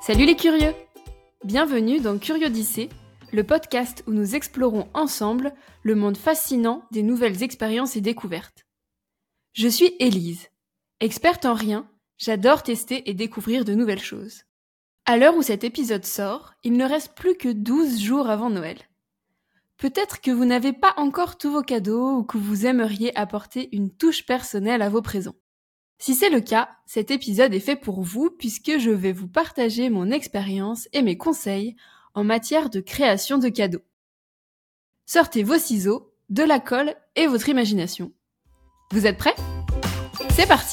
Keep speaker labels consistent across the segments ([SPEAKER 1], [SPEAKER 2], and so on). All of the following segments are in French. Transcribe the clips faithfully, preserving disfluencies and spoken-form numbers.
[SPEAKER 1] Salut les curieux! Bienvenue dans Curiodyssée, le podcast où nous explorons ensemble le monde fascinant des nouvelles expériences et découvertes. Je suis Élise. Experte en rien, j'adore tester et découvrir de nouvelles choses. À l'heure où cet épisode sort, il ne reste plus que douze jours avant Noël. Peut-être que vous n'avez pas encore tous vos cadeaux ou que vous aimeriez apporter une touche personnelle à vos présents. Si c'est le cas, cet épisode est fait pour vous puisque je vais vous partager mon expérience et mes conseils en matière de création de cadeaux. Sortez vos ciseaux, de la colle et votre imagination. Vous êtes prêts ? C'est parti !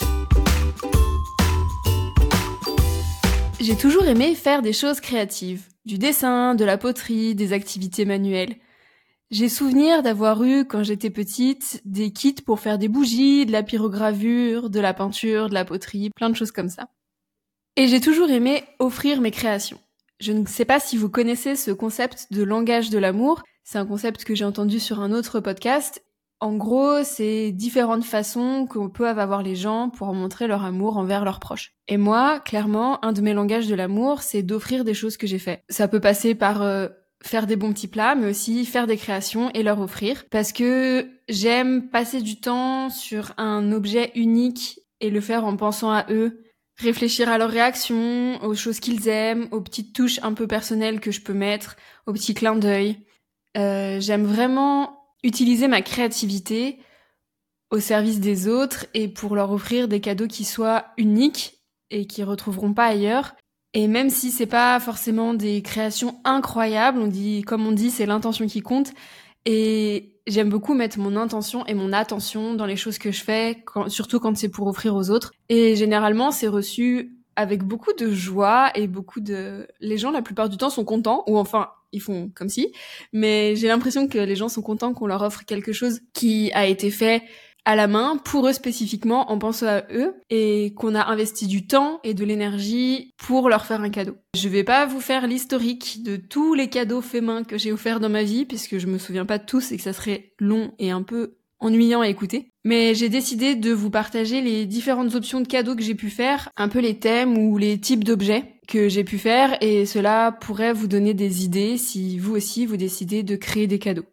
[SPEAKER 1] J'ai toujours aimé faire des choses créatives, du dessin, de la poterie, des activités manuelles. J'ai souvenir d'avoir eu, quand j'étais petite, des kits pour faire des bougies, de la pyrogravure, de la peinture, de la poterie, plein de choses comme ça. Et j'ai toujours aimé offrir mes créations. Je ne sais pas si vous connaissez ce concept de langage de l'amour, c'est un concept que j'ai entendu sur un autre podcast. En gros, c'est différentes façons qu'on peut avoir les gens pour montrer leur amour envers leurs proches. Et moi, clairement, un de mes langages de l'amour, c'est d'offrir des choses que j'ai faites. Ça peut passer par... Euh, faire des bons petits plats, mais aussi faire des créations et leur offrir. Parce que j'aime passer du temps sur un objet unique et le faire en pensant à eux, réfléchir à leurs réactions, aux choses qu'ils aiment, aux petites touches un peu personnelles que je peux mettre, aux petits clins d'œil. Euh, j'aime vraiment utiliser ma créativité au service des autres et pour leur offrir des cadeaux qui soient uniques et qu'ils retrouveront pas ailleurs. Et même si c'est pas forcément des créations incroyables, on dit, comme on dit, c'est l'intention qui compte. Et j'aime beaucoup mettre mon intention et mon attention dans les choses que je fais, quand, surtout quand c'est pour offrir aux autres. Et généralement, c'est reçu avec beaucoup de joie et beaucoup de... Les gens, la plupart du temps, sont contents, ou enfin, ils font comme si. Mais j'ai l'impression que les gens sont contents qu'on leur offre quelque chose qui a été fait à la main, pour eux spécifiquement, en pensant à eux, et qu'on a investi du temps et de l'énergie pour leur faire un cadeau. Je vais pas vous faire l'historique de tous les cadeaux faits main que j'ai offerts dans ma vie, puisque je me souviens pas de tous et que ça serait long et un peu ennuyant à écouter. Mais j'ai décidé de vous partager les différentes options de cadeaux que j'ai pu faire, un peu les thèmes ou les types d'objets que j'ai pu faire, et cela pourrait vous donner des idées si vous aussi vous décidez de créer des cadeaux.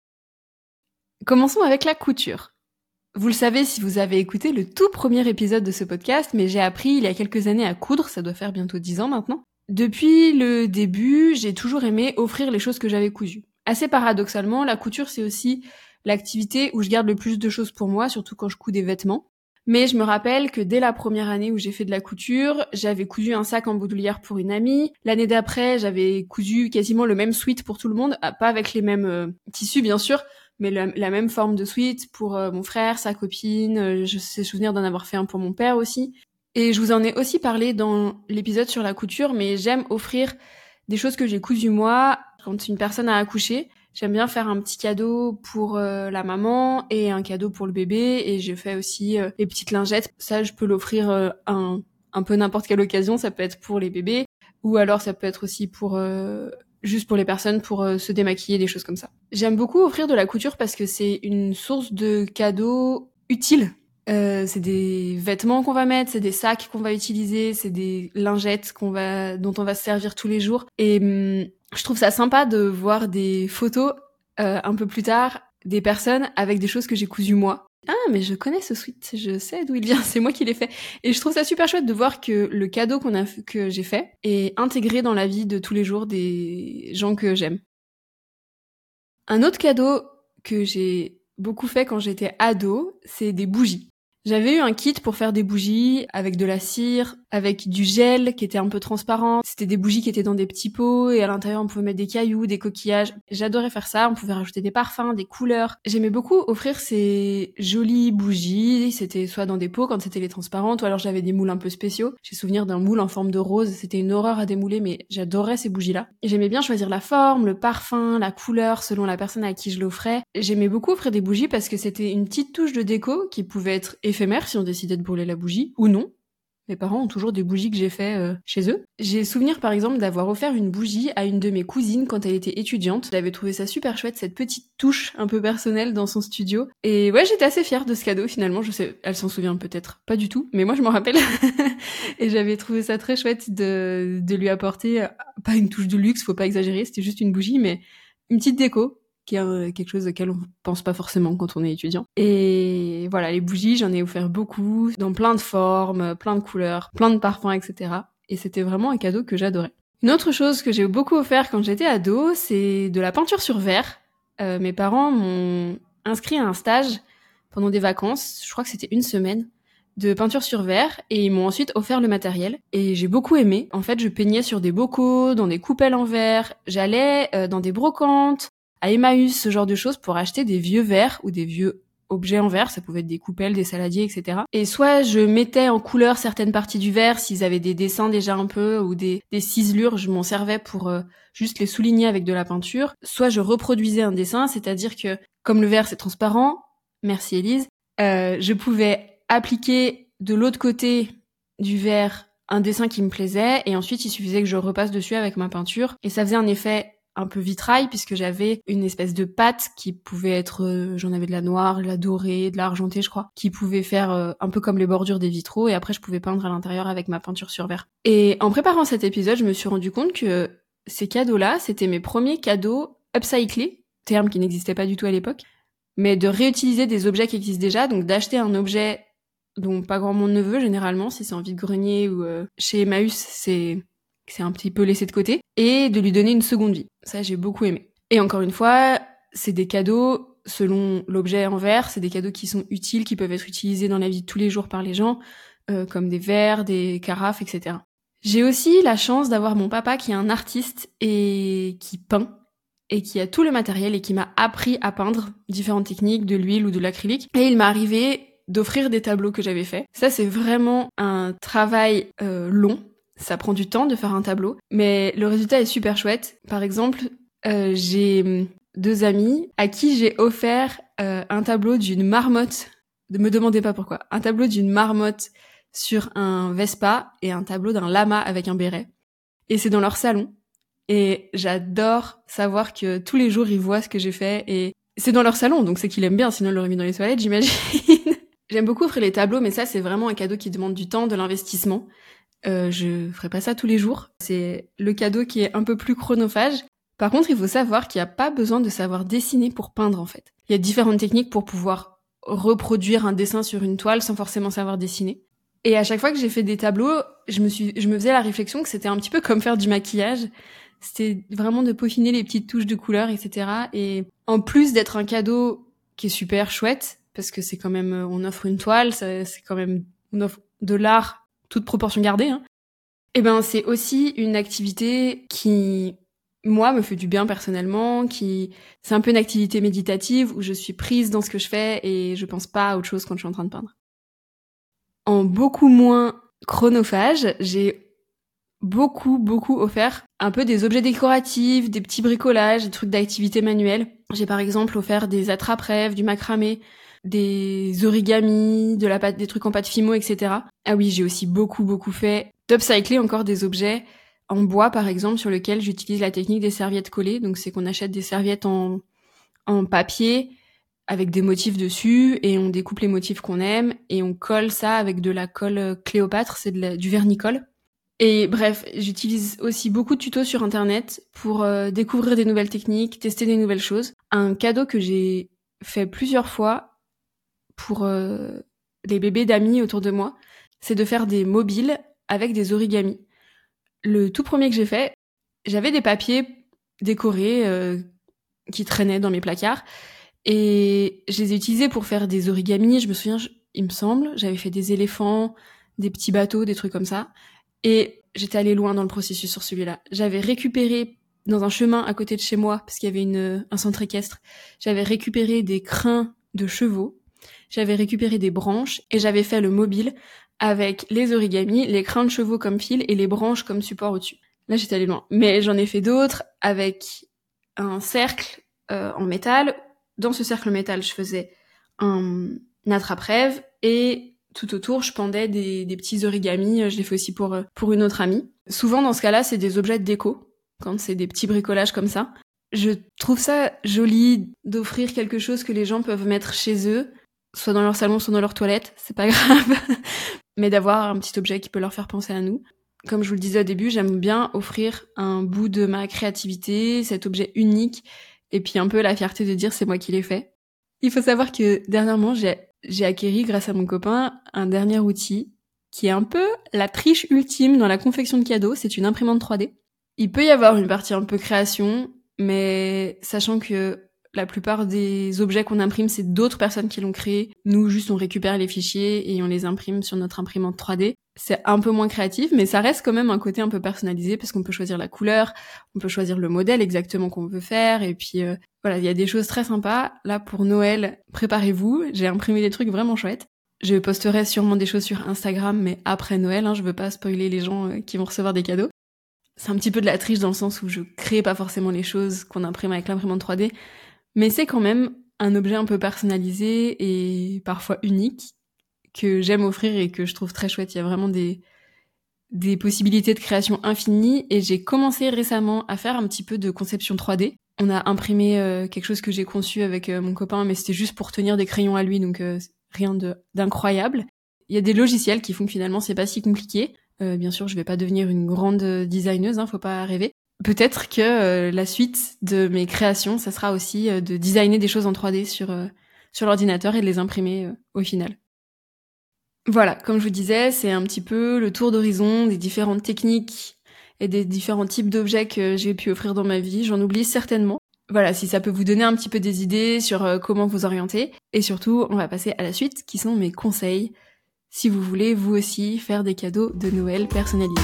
[SPEAKER 1] Commençons avec la couture. Vous le savez si vous avez écouté le tout premier épisode de ce podcast, mais j'ai appris il y a quelques années à coudre, ça doit faire bientôt dix ans maintenant. Depuis le début, j'ai toujours aimé offrir les choses que j'avais cousues. Assez paradoxalement, la couture c'est aussi l'activité où je garde le plus de choses pour moi, surtout quand je couds des vêtements. Mais je me rappelle que dès la première année où j'ai fait de la couture, j'avais cousu un sac en bandoulière pour une amie. L'année d'après, j'avais cousu quasiment le même sweat pour tout le monde, pas avec les mêmes euh, tissus bien sûr, mais la, la même forme de sweat pour euh, mon frère, sa copine, euh, je sais souvenir d'en avoir fait un pour mon père aussi. Et je vous en ai aussi parlé dans l'épisode sur la couture, mais j'aime offrir des choses que j'ai cousues moi quand une personne a accouché. J'aime bien faire un petit cadeau pour euh, la maman et un cadeau pour le bébé, et j'ai fait aussi euh, les petites lingettes. Ça, je peux l'offrir euh, un, un peu n'importe quelle occasion, ça peut être pour les bébés, ou alors ça peut être aussi pour... Euh, juste pour les personnes, pour euh, se démaquiller, des choses comme ça. J'aime beaucoup offrir de la couture parce que c'est une source de cadeaux utiles. Euh, c'est des vêtements qu'on va mettre, c'est des sacs qu'on va utiliser, c'est des lingettes qu'on va, dont on va se servir tous les jours. Et hum, je trouve ça sympa de voir des photos euh, un peu plus tard des personnes avec des choses que j'ai cousues moi. Ah, mais je connais ce sweat, je sais d'où il vient, c'est moi qui l'ai fait. Et je trouve ça super chouette de voir que le cadeau qu'on a, que j'ai fait est intégré dans la vie de tous les jours des gens que j'aime. Un autre cadeau que j'ai beaucoup fait quand j'étais ado, c'est des bougies. J'avais eu un kit pour faire des bougies avec de la cire, avec du gel qui était un peu transparent. C'était des bougies qui étaient dans des petits pots et à l'intérieur on pouvait mettre des cailloux, des coquillages. J'adorais faire ça, on pouvait rajouter des parfums, des couleurs. J'aimais beaucoup offrir ces jolies bougies, c'était soit dans des pots quand c'était les transparentes, ou alors j'avais des moules un peu spéciaux. J'ai souvenir d'un moule en forme de rose, c'était une horreur à démouler, mais j'adorais ces bougies-là. Et j'aimais bien choisir la forme, le parfum, la couleur selon la personne à qui je l'offrais. J'aimais beaucoup offrir des bougies parce que c'était une petite touche de déco qui pouvait être éphémère si on décidait de brûler la bougie, ou non. Mes parents ont toujours des bougies que j'ai fait euh, chez eux. J'ai souvenir par exemple d'avoir offert une bougie à une de mes cousines quand elle était étudiante. J'avais trouvé ça super chouette, cette petite touche un peu personnelle dans son studio. Et ouais, j'étais assez fière de ce cadeau finalement. Je sais, elle s'en souvient peut-être pas du tout, mais moi je m'en rappelle. Et j'avais trouvé ça très chouette de, de lui apporter, euh, pas une touche de luxe, faut pas exagérer, c'était juste une bougie, mais une petite déco, qui est euh, quelque chose auquel on pense pas forcément quand on est étudiant. Et voilà, les bougies, j'en ai offert beaucoup, dans plein de formes, plein de couleurs, plein de parfums, et cetera. Et c'était vraiment un cadeau que j'adorais. Une autre chose que j'ai beaucoup offert quand j'étais ado, c'est de la peinture sur verre. Euh, mes parents m'ont inscrit à un stage pendant des vacances, je crois que c'était une semaine, de peinture sur verre, et ils m'ont ensuite offert le matériel. Et j'ai beaucoup aimé. En fait, je peignais sur des bocaux, dans des coupelles en verre, j'allais euh, dans des brocantes, à Emmaüs, ce genre de choses, pour acheter des vieux verres ou des vieux objets en verre, ça pouvait être des coupelles, des saladiers, et cetera. Et soit je mettais en couleur certaines parties du verre, s'ils avaient des dessins déjà un peu, ou des, des ciselures, je m'en servais pour euh, juste les souligner avec de la peinture. Soit je reproduisais un dessin, c'est-à-dire que, comme le verre c'est transparent, merci Élise, euh, je pouvais appliquer de l'autre côté du verre un dessin qui me plaisait, et ensuite il suffisait que je repasse dessus avec ma peinture, et ça faisait un effet un peu vitrail, puisque j'avais une espèce de pâte qui pouvait être, euh, j'en avais de la noire, de la dorée, de l'argentée, je crois, qui pouvait faire euh, un peu comme les bordures des vitraux, et après je pouvais peindre à l'intérieur avec ma peinture sur verre. Et en préparant cet épisode, je me suis rendu compte que ces cadeaux-là, c'était mes premiers cadeaux upcyclés, terme qui n'existait pas du tout à l'époque, mais de réutiliser des objets qui existent déjà, donc d'acheter un objet dont pas grand monde ne veut, généralement, si c'est en vide-grenier ou euh, chez Emmaüs, c'est... c'est un petit peu laissé de côté, et de lui donner une seconde vie. Ça, j'ai beaucoup aimé. Et encore une fois, c'est des cadeaux, selon l'objet en verre, c'est des cadeaux qui sont utiles, qui peuvent être utilisés dans la vie de tous les jours par les gens, euh, comme des verres, des carafes, et cetera. J'ai aussi la chance d'avoir mon papa qui est un artiste et qui peint, et qui a tout le matériel et qui m'a appris à peindre différentes techniques, de l'huile ou de l'acrylique. Et il m'est arrivé d'offrir des tableaux que j'avais faits. Ça, c'est vraiment un travail euh, long. Ça prend du temps de faire un tableau, mais le résultat est super chouette. Par exemple, euh, j'ai deux amis à qui j'ai offert euh, un tableau d'une marmotte. Ne me demandez pas pourquoi. Un tableau d'une marmotte sur un Vespa et un tableau d'un lama avec un béret. Et c'est dans leur salon. Et j'adore savoir que tous les jours, ils voient ce que j'ai fait. Et c'est dans leur salon, donc c'est qu'ils aiment bien, sinon ils l'auraient mis dans les toilettes, j'imagine. J'aime beaucoup offrir les tableaux, mais ça, c'est vraiment un cadeau qui demande du temps, de l'investissement. Euh, je ferai pas ça tous les jours. C'est le cadeau qui est un peu plus chronophage. Par contre, il faut savoir qu'il n'y a pas besoin de savoir dessiner pour peindre, en fait. Il y a différentes techniques pour pouvoir reproduire un dessin sur une toile sans forcément savoir dessiner. Et à chaque fois que j'ai fait des tableaux, je me suis, je me faisais la réflexion que c'était un petit peu comme faire du maquillage. C'était vraiment de peaufiner les petites touches de couleurs, et cetera. Et en plus d'être un cadeau qui est super chouette, parce que c'est quand même, on offre une toile, ça, c'est quand même, on offre de l'art, toute proportion gardée, hein. Et ben, c'est aussi une activité qui, moi, me fait du bien personnellement, qui, c'est un peu une activité méditative où je suis prise dans ce que je fais et je pense pas à autre chose quand je suis en train de peindre. En beaucoup moins chronophage, j'ai beaucoup, beaucoup offert un peu des objets décoratifs, des petits bricolages, des trucs d'activité manuelle. J'ai par exemple offert des attrape-rêves, du macramé, des origamis, de la pâte, des trucs en pâte fimo, et cetera. Ah oui, j'ai aussi beaucoup, beaucoup fait d'upcycler encore des objets en bois, par exemple, sur lesquels j'utilise la technique des serviettes collées. Donc c'est qu'on achète des serviettes en, en papier avec des motifs dessus et on découpe les motifs qu'on aime et on colle ça avec de la colle Cléopâtre, c'est de la, du vernicole. Et bref, j'utilise aussi beaucoup de tutos sur internet pour euh, découvrir des nouvelles techniques, tester des nouvelles choses. Un cadeau que j'ai fait plusieurs fois pour euh, les bébés d'amis autour de moi, c'est de faire des mobiles avec des origamis. Le tout premier que j'ai fait, j'avais des papiers décorés euh, qui traînaient dans mes placards et je les ai utilisés pour faire des origamis. Je me souviens, je, il me semble, j'avais fait des éléphants, des petits bateaux, des trucs comme ça. Et j'étais allée loin dans le processus sur celui-là. J'avais récupéré dans un chemin à côté de chez moi, parce qu'il y avait une, un centre équestre, j'avais récupéré des crins de chevaux, j'avais récupéré des branches et j'avais fait le mobile avec les origamis, les crins de chevaux comme fil et les branches comme support au-dessus. Là, j'étais allée loin. Mais j'en ai fait d'autres avec un cercle euh, en métal. Dans ce cercle métal, je faisais un, un attrape-rêve et tout autour, je pendais des, des petits origamis. Je l'ai fait aussi pour, pour une autre amie. Souvent, dans ce cas-là, c'est des objets de déco, quand c'est des petits bricolages comme ça. Je trouve ça joli d'offrir quelque chose que les gens peuvent mettre chez eux, soit dans leur salon, soit dans leur toilette, c'est pas grave, mais d'avoir un petit objet qui peut leur faire penser à nous. Comme je vous le disais au début, j'aime bien offrir un bout de ma créativité, cet objet unique, et puis un peu la fierté de dire c'est moi qui l'ai fait. Il faut savoir que dernièrement, j'ai, j'ai acquéri, grâce à mon copain, un dernier outil qui est un peu la triche ultime dans la confection de cadeaux, c'est une imprimante trois D. Il peut y avoir une partie un peu création, mais sachant que la plupart des objets qu'on imprime, c'est d'autres personnes qui l'ont créé. Nous, juste, on récupère les fichiers et on les imprime sur notre imprimante trois D. C'est un peu moins créatif, mais ça reste quand même un côté un peu personnalisé parce qu'on peut choisir la couleur, on peut choisir le modèle exactement qu'on veut faire. Et puis, euh, voilà, il y a des choses très sympas. Là, pour Noël, préparez-vous. J'ai imprimé des trucs vraiment chouettes. Je posterai sûrement des choses sur Instagram, mais après Noël, hein, je veux pas spoiler les gens euh, qui vont recevoir des cadeaux. C'est un petit peu de la triche dans le sens où je crée pas forcément les choses qu'on imprime avec l'imprimante trois D, mais c'est quand même un objet un peu personnalisé et parfois unique que j'aime offrir et que je trouve très chouette. Il y a vraiment des, des possibilités de création infinies et j'ai commencé récemment à faire un petit peu de conception trois D. On a imprimé euh, quelque chose que j'ai conçu avec euh, mon copain, mais c'était juste pour tenir des crayons à lui, donc euh, rien de, d'incroyable. Il y a des logiciels qui font que finalement c'est pas si compliqué. Euh, bien sûr, je vais pas devenir une grande designeuse, hein, faut pas rêver. Peut-être que euh, la suite de mes créations, ça sera aussi euh, de designer des choses en trois D sur euh, sur l'ordinateur et de les imprimer euh, au final. Voilà, comme je vous disais, c'est un petit peu le tour d'horizon des différentes techniques et des différents types d'objets que j'ai pu offrir dans ma vie. J'en oublie certainement. Voilà, si ça peut vous donner un petit peu des idées sur euh, comment vous orienter. Et surtout, on va passer à la suite, qui sont mes conseils si vous voulez vous aussi faire des cadeaux de Noël personnalisés.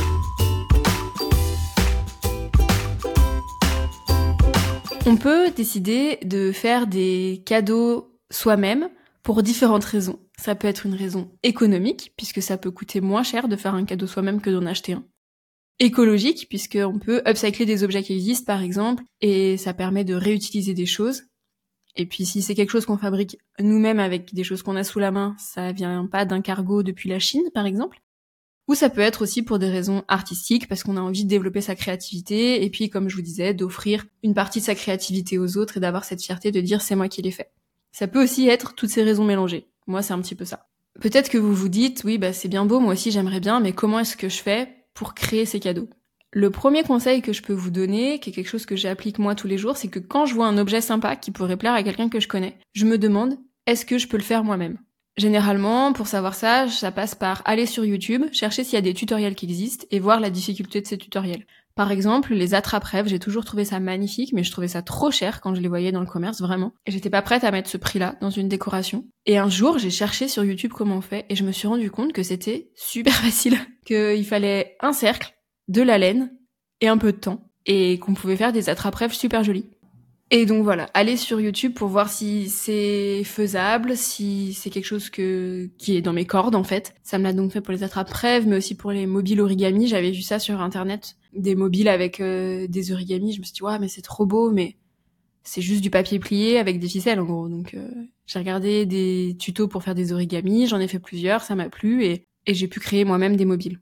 [SPEAKER 1] On peut décider de faire des cadeaux soi-même pour différentes raisons. Ça peut être une raison économique, puisque ça peut coûter moins cher de faire un cadeau soi-même que d'en acheter un. Écologique, puisqu'on peut upcycler des objets qui existent, par exemple, et ça permet de réutiliser des choses. Et puis si c'est quelque chose qu'on fabrique nous-mêmes avec des choses qu'on a sous la main, ça vient pas d'un cargo depuis la Chine, par exemple. Ou ça peut être aussi pour des raisons artistiques, parce qu'on a envie de développer sa créativité, et puis comme je vous disais, d'offrir une partie de sa créativité aux autres et d'avoir cette fierté de dire c'est moi qui l'ai fait. Ça peut aussi être toutes ces raisons mélangées. Moi, c'est un petit peu ça. Peut-être que vous vous dites, oui, bah c'est bien beau, moi aussi j'aimerais bien, mais comment est-ce que je fais pour créer ces cadeaux ? Le premier conseil que je peux vous donner, qui est quelque chose que j'applique moi tous les jours, c'est que quand je vois un objet sympa qui pourrait plaire à quelqu'un que je connais, je me demande, est-ce que je peux le faire moi-même ? Généralement, pour savoir ça, ça passe par aller sur YouTube, chercher s'il y a des tutoriels qui existent et voir la difficulté de ces tutoriels. Par exemple, les attrape-rêves, j'ai toujours trouvé ça magnifique, mais je trouvais ça trop cher quand je les voyais dans le commerce, vraiment. Et j'étais pas prête à mettre ce prix-là dans une décoration. Et un jour, j'ai cherché sur YouTube comment on fait et je me suis rendu compte que c'était super facile. Qu'il fallait un cercle, de la laine et un peu de temps. Et qu'on pouvait faire des attrape-rêves super jolis. Et donc voilà, allez sur YouTube pour voir si c'est faisable, si c'est quelque chose que qui est dans mes cordes en fait. Ça me l'a donc fait pour les attrape-rêves, mais aussi pour les mobiles origami. J'avais vu ça sur internet, des mobiles avec euh, des origamis. Je me suis dit ouais mais c'est trop beau, mais c'est juste du papier plié avec des ficelles en gros. Donc euh, j'ai regardé des tutos pour faire des origamis, j'en ai fait plusieurs, ça m'a plu et, et j'ai pu créer moi-même des mobiles.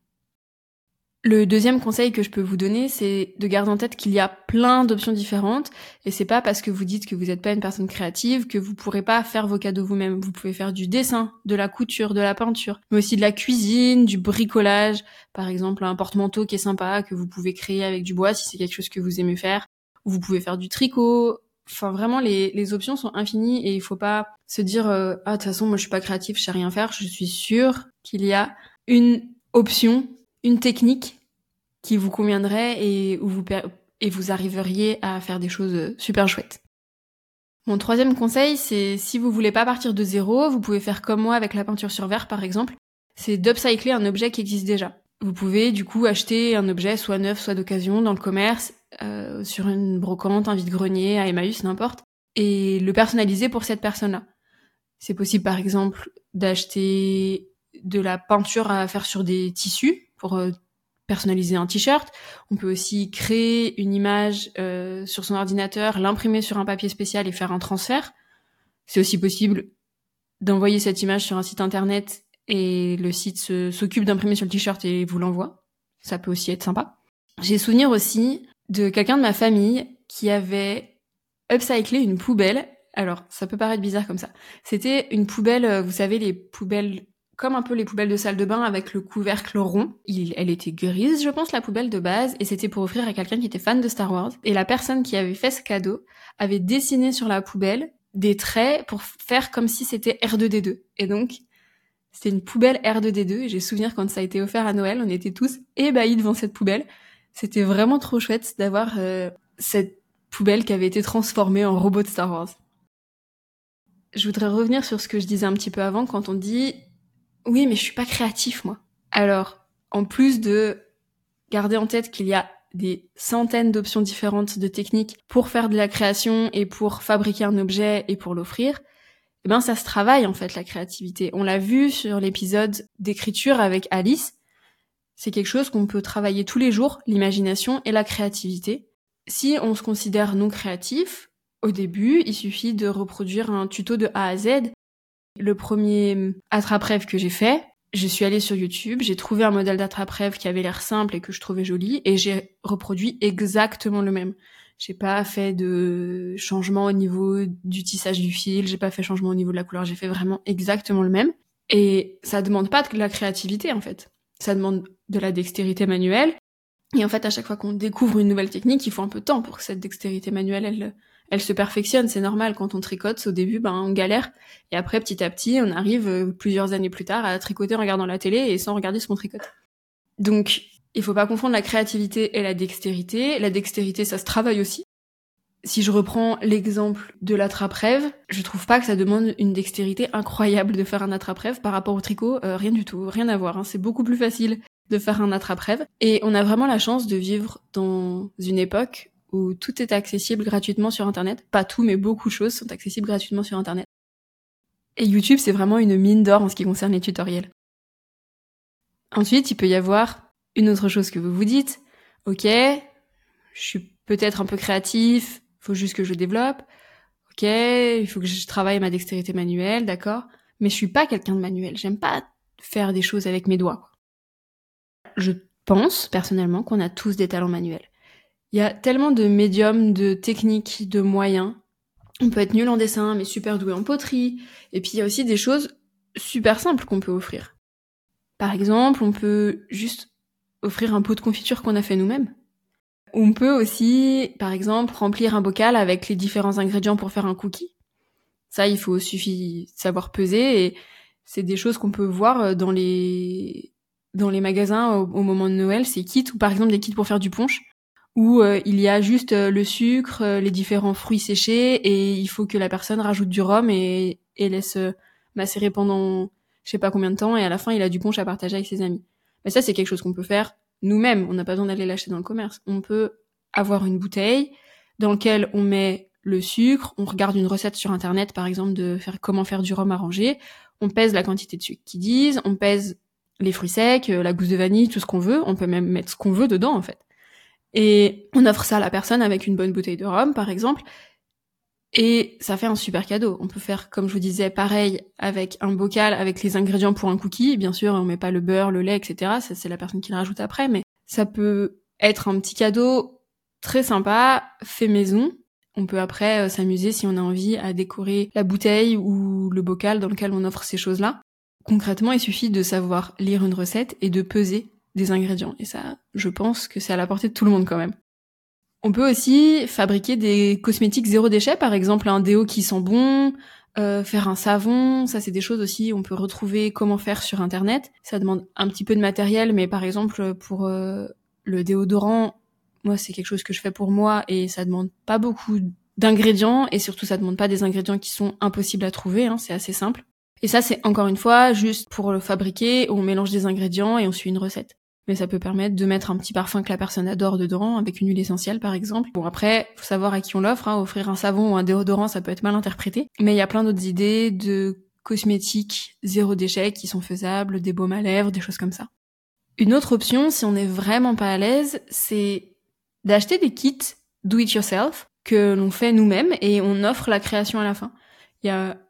[SPEAKER 1] Le deuxième conseil que je peux vous donner, c'est de garder en tête qu'il y a plein d'options différentes et c'est pas parce que vous dites que vous n'êtes pas une personne créative que vous pourrez pas faire vos cadeaux vous-même. Vous pouvez faire du dessin, de la couture, de la peinture, mais aussi de la cuisine, du bricolage, par exemple un porte-manteau qui est sympa, que vous pouvez créer avec du bois si c'est quelque chose que vous aimez faire, ou vous pouvez faire du tricot. Enfin vraiment les, les options sont infinies et il faut pas se dire euh, ah de toute façon moi je suis pas créatif, je sais rien faire. Je suis sûre qu'il y a une option, une technique qui vous conviendrait et où vous per- et vous arriveriez à faire des choses super chouettes. Mon troisième conseil, c'est si vous voulez pas partir de zéro, vous pouvez faire comme moi avec la peinture sur verre par exemple, c'est d'upcycler un objet qui existe déjà. Vous pouvez du coup acheter un objet soit neuf, soit d'occasion dans le commerce, euh, sur une brocante, un vide-grenier, à Emmaüs, n'importe, et le personnaliser pour cette personne-là. C'est possible par exemple d'acheter de la peinture à faire sur des tissus pour euh, personnaliser un t-shirt. On peut aussi créer une image euh, sur son ordinateur, l'imprimer sur un papier spécial et faire un transfert. C'est aussi possible d'envoyer cette image sur un site internet et le site se, s'occupe d'imprimer sur le t-shirt et vous l'envoie. Ça peut aussi être sympa. J'ai souvenir aussi de quelqu'un de ma famille qui avait upcyclé une poubelle. Alors, ça peut paraître bizarre comme ça. C'était une poubelle, vous savez, les poubelles, comme un peu les poubelles de salle de bain avec le couvercle rond. Il, elle était grise, je pense, la poubelle de base, et c'était pour offrir à quelqu'un qui était fan de Star Wars. Et la personne qui avait fait ce cadeau avait dessiné sur la poubelle des traits pour faire comme si c'était R deux D deux. Et donc, c'était une poubelle R deux D deux, et j'ai souvenir quand ça a été offert à Noël, on était tous ébahis devant cette poubelle. C'était vraiment trop chouette d'avoir euh, cette poubelle qui avait été transformée en robot de Star Wars. Je voudrais revenir sur ce que je disais un petit peu avant quand on dit « Oui, mais je suis pas créatif, moi ». Alors, en plus de garder en tête qu'il y a des centaines d'options différentes de techniques pour faire de la création et pour fabriquer un objet et pour l'offrir, eh ben ça se travaille en fait la créativité. On l'a vu sur l'épisode d'écriture avec Alice. C'est quelque chose qu'on peut travailler tous les jours, l'imagination et la créativité. Si on se considère non créatif, au début, il suffit de reproduire un tuto de A à Z. Le premier attrape-rêve que j'ai fait, je suis allée sur YouTube, j'ai trouvé un modèle d'attrape-rêve qui avait l'air simple et que je trouvais joli, et j'ai reproduit exactement le même. J'ai pas fait de changement au niveau du tissage du fil, j'ai pas fait changement au niveau de la couleur, j'ai fait vraiment exactement le même. Et ça demande pas de la créativité, en fait. Ça demande de la dextérité manuelle. Et en fait, à chaque fois qu'on découvre une nouvelle technique, il faut un peu de temps pour que cette dextérité manuelle, elle, elle se perfectionne. C'est normal, quand on tricote, au début, ben, on galère. Et après, petit à petit, on arrive, euh, plusieurs années plus tard, à tricoter en regardant la télé et sans regarder ce qu'on tricote. Donc, il faut pas confondre la créativité et la dextérité. La dextérité, ça se travaille aussi. Si je reprends l'exemple de l'attrape-rêve, je trouve pas que ça demande une dextérité incroyable de faire un attrape-rêve par rapport au tricot, euh, rien du tout, rien à voir, hein. C'est beaucoup plus facile de faire un attrape-rêve. Et on a vraiment la chance de vivre dans une époque où tout est accessible gratuitement sur Internet. Pas tout, mais beaucoup de choses sont accessibles gratuitement sur Internet. Et YouTube, c'est vraiment une mine d'or en ce qui concerne les tutoriels. Ensuite, il peut y avoir une autre chose que vous vous dites. Ok, je suis peut-être un peu créatif, faut juste que je développe. Ok, il faut que je travaille ma dextérité manuelle, d'accord. Mais je suis pas quelqu'un de manuel. J'aime pas faire des choses avec mes doigts. Je pense, personnellement, qu'on a tous des talents manuels. Il y a tellement de médiums, de techniques, de moyens. On peut être nul en dessin, mais super doué en poterie. Et puis il y a aussi des choses super simples qu'on peut offrir. Par exemple, on peut juste offrir un pot de confiture qu'on a fait nous-mêmes. On peut aussi, par exemple, remplir un bocal avec les différents ingrédients pour faire un cookie. Ça, il faut suffit savoir peser, et c'est des choses qu'on peut voir dans les dans les magasins au, au moment de Noël, ces kits, ou par exemple des kits pour faire du punch, où euh, il y a juste euh, le sucre, euh, les différents fruits séchés, et il faut que la personne rajoute du rhum et, et laisse euh, macérer pendant je sais pas combien de temps, et à la fin, il a du punch à partager avec ses amis. Mais ça, c'est quelque chose qu'on peut faire nous-mêmes. On n'a pas besoin d'aller l'acheter dans le commerce. On peut avoir une bouteille dans laquelle on met le sucre, on regarde une recette sur Internet, par exemple, de faire comment faire du rhum arrangé, on pèse la quantité de sucre qu'ils disent, on pèse les fruits secs, la gousse de vanille, tout ce qu'on veut, on peut même mettre ce qu'on veut dedans, en fait. Et on offre ça à la personne avec une bonne bouteille de rhum, par exemple, et ça fait un super cadeau. On peut faire, comme je vous disais, pareil avec un bocal, avec les ingrédients pour un cookie. Bien sûr, on met pas le beurre, le lait, et cetera. Ça, c'est la personne qui le rajoute après, mais ça peut être un petit cadeau très sympa, fait maison. On peut après euh, s'amuser, si on a envie, à décorer la bouteille ou le bocal dans lequel on offre ces choses-là. Concrètement, il suffit de savoir lire une recette et de peser des ingrédients. Et ça, je pense que c'est à la portée de tout le monde quand même. On peut aussi fabriquer des cosmétiques zéro déchet, par exemple un déo qui sent bon, euh, faire un savon, ça c'est des choses aussi, on peut retrouver comment faire sur Internet. Ça demande un petit peu de matériel, mais par exemple pour euh, le déodorant, moi c'est quelque chose que je fais pour moi et ça demande pas beaucoup d'ingrédients, et surtout ça demande pas des ingrédients qui sont impossibles à trouver, hein, c'est assez simple. Et ça c'est encore une fois juste pour le fabriquer, on mélange des ingrédients et on suit une recette. Mais ça peut permettre de mettre un petit parfum que la personne adore dedans, avec une huile essentielle par exemple. Bon après, faut savoir à qui on l'offre, hein. Offrir un savon ou un déodorant, ça peut être mal interprété. Mais il y a plein d'autres idées de cosmétiques zéro déchet qui sont faisables, des baumes à lèvres, des choses comme ça. Une autre option, si on n'est vraiment pas à l'aise, c'est d'acheter des kits do it yourself que l'on fait nous-mêmes et on offre la création à la fin. Il y a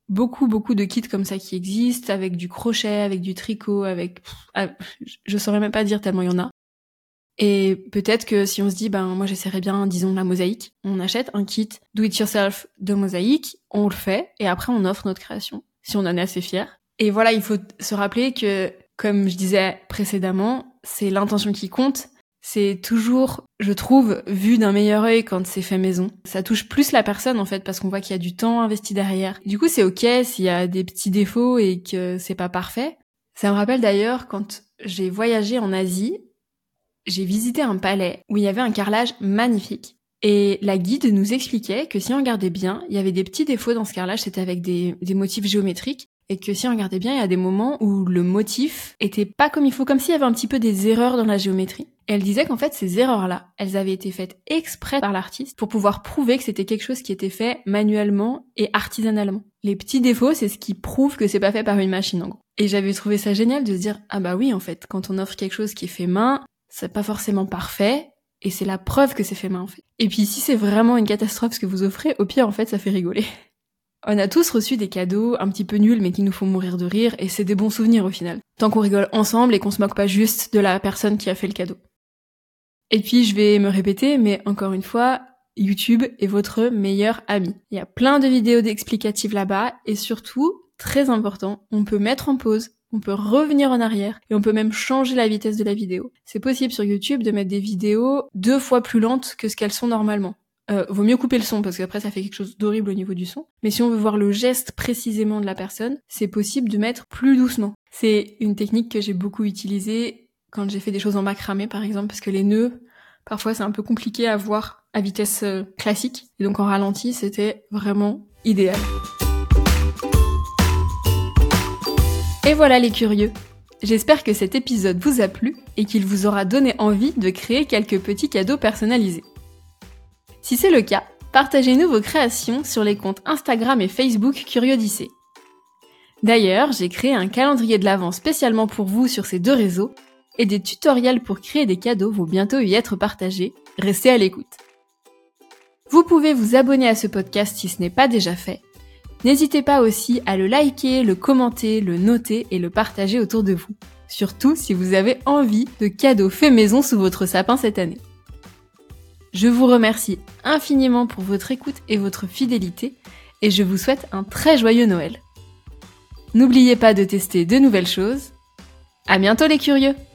[SPEAKER 1] beaucoup, beaucoup de kits comme ça qui existent, avec du crochet, avec du tricot, avec... Pff, je saurais même pas dire tellement il y en a. Et peut-être que si on se dit, ben moi j'essaierais bien, disons, la mosaïque, on achète un kit do-it-yourself de mosaïque, on le fait, et après on offre notre création, si on en est assez fier. Et voilà, il faut se rappeler que, comme je disais précédemment, c'est l'intention qui compte. C'est toujours, je trouve, vu d'un meilleur œil quand c'est fait maison. Ça touche plus la personne, en fait, parce qu'on voit qu'il y a du temps investi derrière. Du coup, c'est ok s'il y a des petits défauts et que c'est pas parfait. Ça me rappelle d'ailleurs quand j'ai voyagé en Asie, j'ai visité un palais où il y avait un carrelage magnifique. Et la guide nous expliquait que si on regardait bien, il y avait des petits défauts dans ce carrelage, c'était avec des, des motifs géométriques. Et que si on regardait bien, il y a des moments où le motif était pas comme il faut, comme s'il y avait un petit peu des erreurs dans la géométrie. Et elle disait qu'en fait, ces erreurs-là, elles avaient été faites exprès par l'artiste pour pouvoir prouver que c'était quelque chose qui était fait manuellement et artisanalement. Les petits défauts, c'est ce qui prouve que c'est pas fait par une machine, en gros. Et j'avais trouvé ça génial de se dire, ah bah oui, en fait, quand on offre quelque chose qui est fait main, c'est pas forcément parfait, et c'est la preuve que c'est fait main, en fait. Et puis si c'est vraiment une catastrophe ce que vous offrez, au pire, en fait, ça fait rigoler. On a tous reçu des cadeaux un petit peu nuls mais qui nous font mourir de rire et c'est des bons souvenirs au final. Tant qu'on rigole ensemble et qu'on se moque pas juste de la personne qui a fait le cadeau. Et puis je vais me répéter mais encore une fois, YouTube est votre meilleur ami. Il y a plein de vidéos d'explicatives là-bas et surtout, très important, on peut mettre en pause, on peut revenir en arrière et on peut même changer la vitesse de la vidéo. C'est possible sur YouTube de mettre des vidéos deux fois plus lentes que ce qu'elles sont normalement. Euh, vaut mieux couper le son parce qu'après ça fait quelque chose d'horrible au niveau du son. Mais si on veut voir le geste précisément de la personne, c'est possible de mettre plus doucement. C'est une technique que j'ai beaucoup utilisée quand j'ai fait des choses en macramé par exemple, parce que les nœuds, parfois c'est un peu compliqué à voir à vitesse euh, classique. Et donc en ralenti, c'était vraiment idéal. Et voilà les curieux. J'espère que cet épisode vous a plu et qu'il vous aura donné envie de créer quelques petits cadeaux personnalisés. Si c'est le cas, partagez-nous vos créations sur les comptes Instagram et Facebook Curiodyssée. D'ailleurs, j'ai créé un calendrier de l'Avent spécialement pour vous sur ces deux réseaux et des tutoriels pour créer des cadeaux vont bientôt y être partagés. Restez à l'écoute. Vous pouvez vous abonner à ce podcast si ce n'est pas déjà fait. N'hésitez pas aussi à le liker, le commenter, le noter et le partager autour de vous. Surtout si vous avez envie de cadeaux faits maison sous votre sapin cette année. Je vous remercie infiniment pour votre écoute et votre fidélité et je vous souhaite un très joyeux Noël. N'oubliez pas de tester de nouvelles choses. À bientôt les curieux!